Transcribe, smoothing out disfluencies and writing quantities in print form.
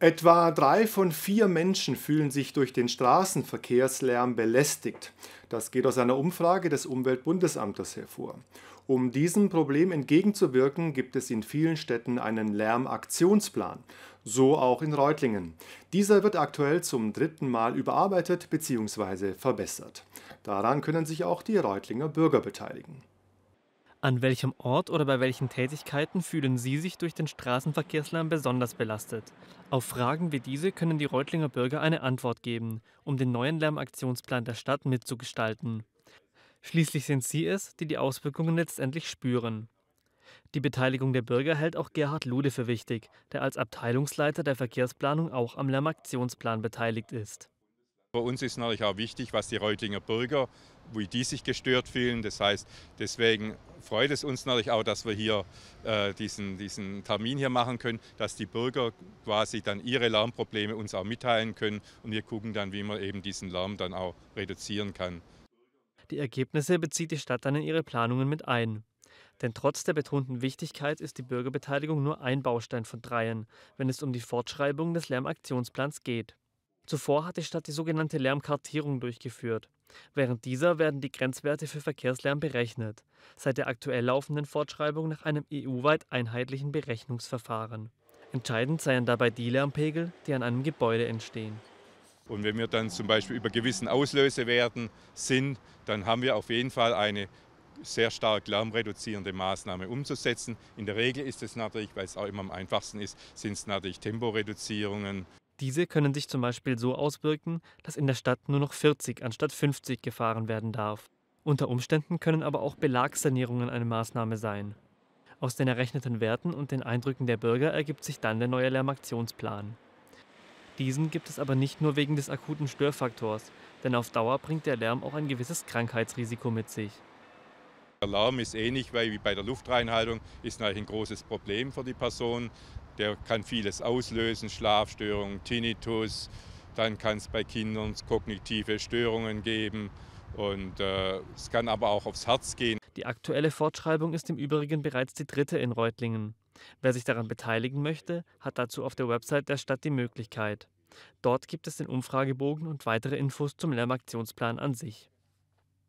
Etwa 3 von 4 Menschen fühlen sich durch den Straßenverkehrslärm belästigt. Das geht aus einer Umfrage des Umweltbundesamtes hervor. Um diesem Problem entgegenzuwirken, gibt es in vielen Städten einen Lärmaktionsplan. So auch in Reutlingen. Dieser wird aktuell zum dritten Mal überarbeitet bzw. verbessert. Daran können sich auch die Reutlinger Bürger beteiligen. An welchem Ort oder bei welchen Tätigkeiten fühlen Sie sich durch den Straßenverkehrslärm besonders belastet? Auf Fragen wie diese können die Reutlinger Bürger eine Antwort geben, um den neuen Lärmaktionsplan der Stadt mitzugestalten. Schließlich sind sie es, die die Auswirkungen letztendlich spüren. Die Beteiligung der Bürger hält auch Gerhard Lude für wichtig, der als Abteilungsleiter der Verkehrsplanung auch am Lärmaktionsplan beteiligt ist. Für uns ist natürlich auch wichtig, was die Reutlinger Bürger, wie die sich gestört fühlen. Das heißt, deswegen freut es uns natürlich auch, dass wir hier diesen Termin hier machen können, dass die Bürger quasi dann ihre Lärmprobleme uns auch mitteilen können und wir gucken dann, wie man eben diesen Lärm dann auch reduzieren kann. Die Ergebnisse bezieht die Stadt dann in ihre Planungen mit ein. Denn trotz der betonten Wichtigkeit ist die Bürgerbeteiligung nur ein Baustein von dreien, wenn es um die Fortschreibung des Lärmaktionsplans geht. Zuvor hat die Stadt die sogenannte Lärmkartierung durchgeführt. Während dieser werden die Grenzwerte für Verkehrslärm berechnet, seit der aktuell laufenden Fortschreibung nach einem EU-weit einheitlichen Berechnungsverfahren. Entscheidend seien dabei die Lärmpegel, die an einem Gebäude entstehen. Und wenn wir dann zum Beispiel über gewissen Auslösewerten sind, dann haben wir auf jeden Fall eine sehr stark lärmreduzierende Maßnahme umzusetzen. In der Regel ist es natürlich, weil es auch immer am einfachsten ist, sind es natürlich Temporeduzierungen. Diese können sich zum Beispiel so auswirken, dass in der Stadt nur noch 40 anstatt 50 gefahren werden darf. Unter Umständen können aber auch Belagssanierungen eine Maßnahme sein. Aus den errechneten Werten und den Eindrücken der Bürger ergibt sich dann der neue Lärmaktionsplan. Diesen gibt es aber nicht nur wegen des akuten Störfaktors, denn auf Dauer bringt der Lärm auch ein gewisses Krankheitsrisiko mit sich. Der Lärm ist ähnlich wie bei der Luftreinhaltung, ist natürlich ein großes Problem für die Person. Der kann vieles auslösen, Schlafstörungen, Tinnitus, dann kann es bei Kindern kognitive Störungen geben und es kann aber auch aufs Herz gehen. Die aktuelle Fortschreibung ist im Übrigen bereits die dritte in Reutlingen. Wer sich daran beteiligen möchte, hat dazu auf der Website der Stadt die Möglichkeit. Dort gibt es den Umfragebogen und weitere Infos zum Lärmaktionsplan an sich.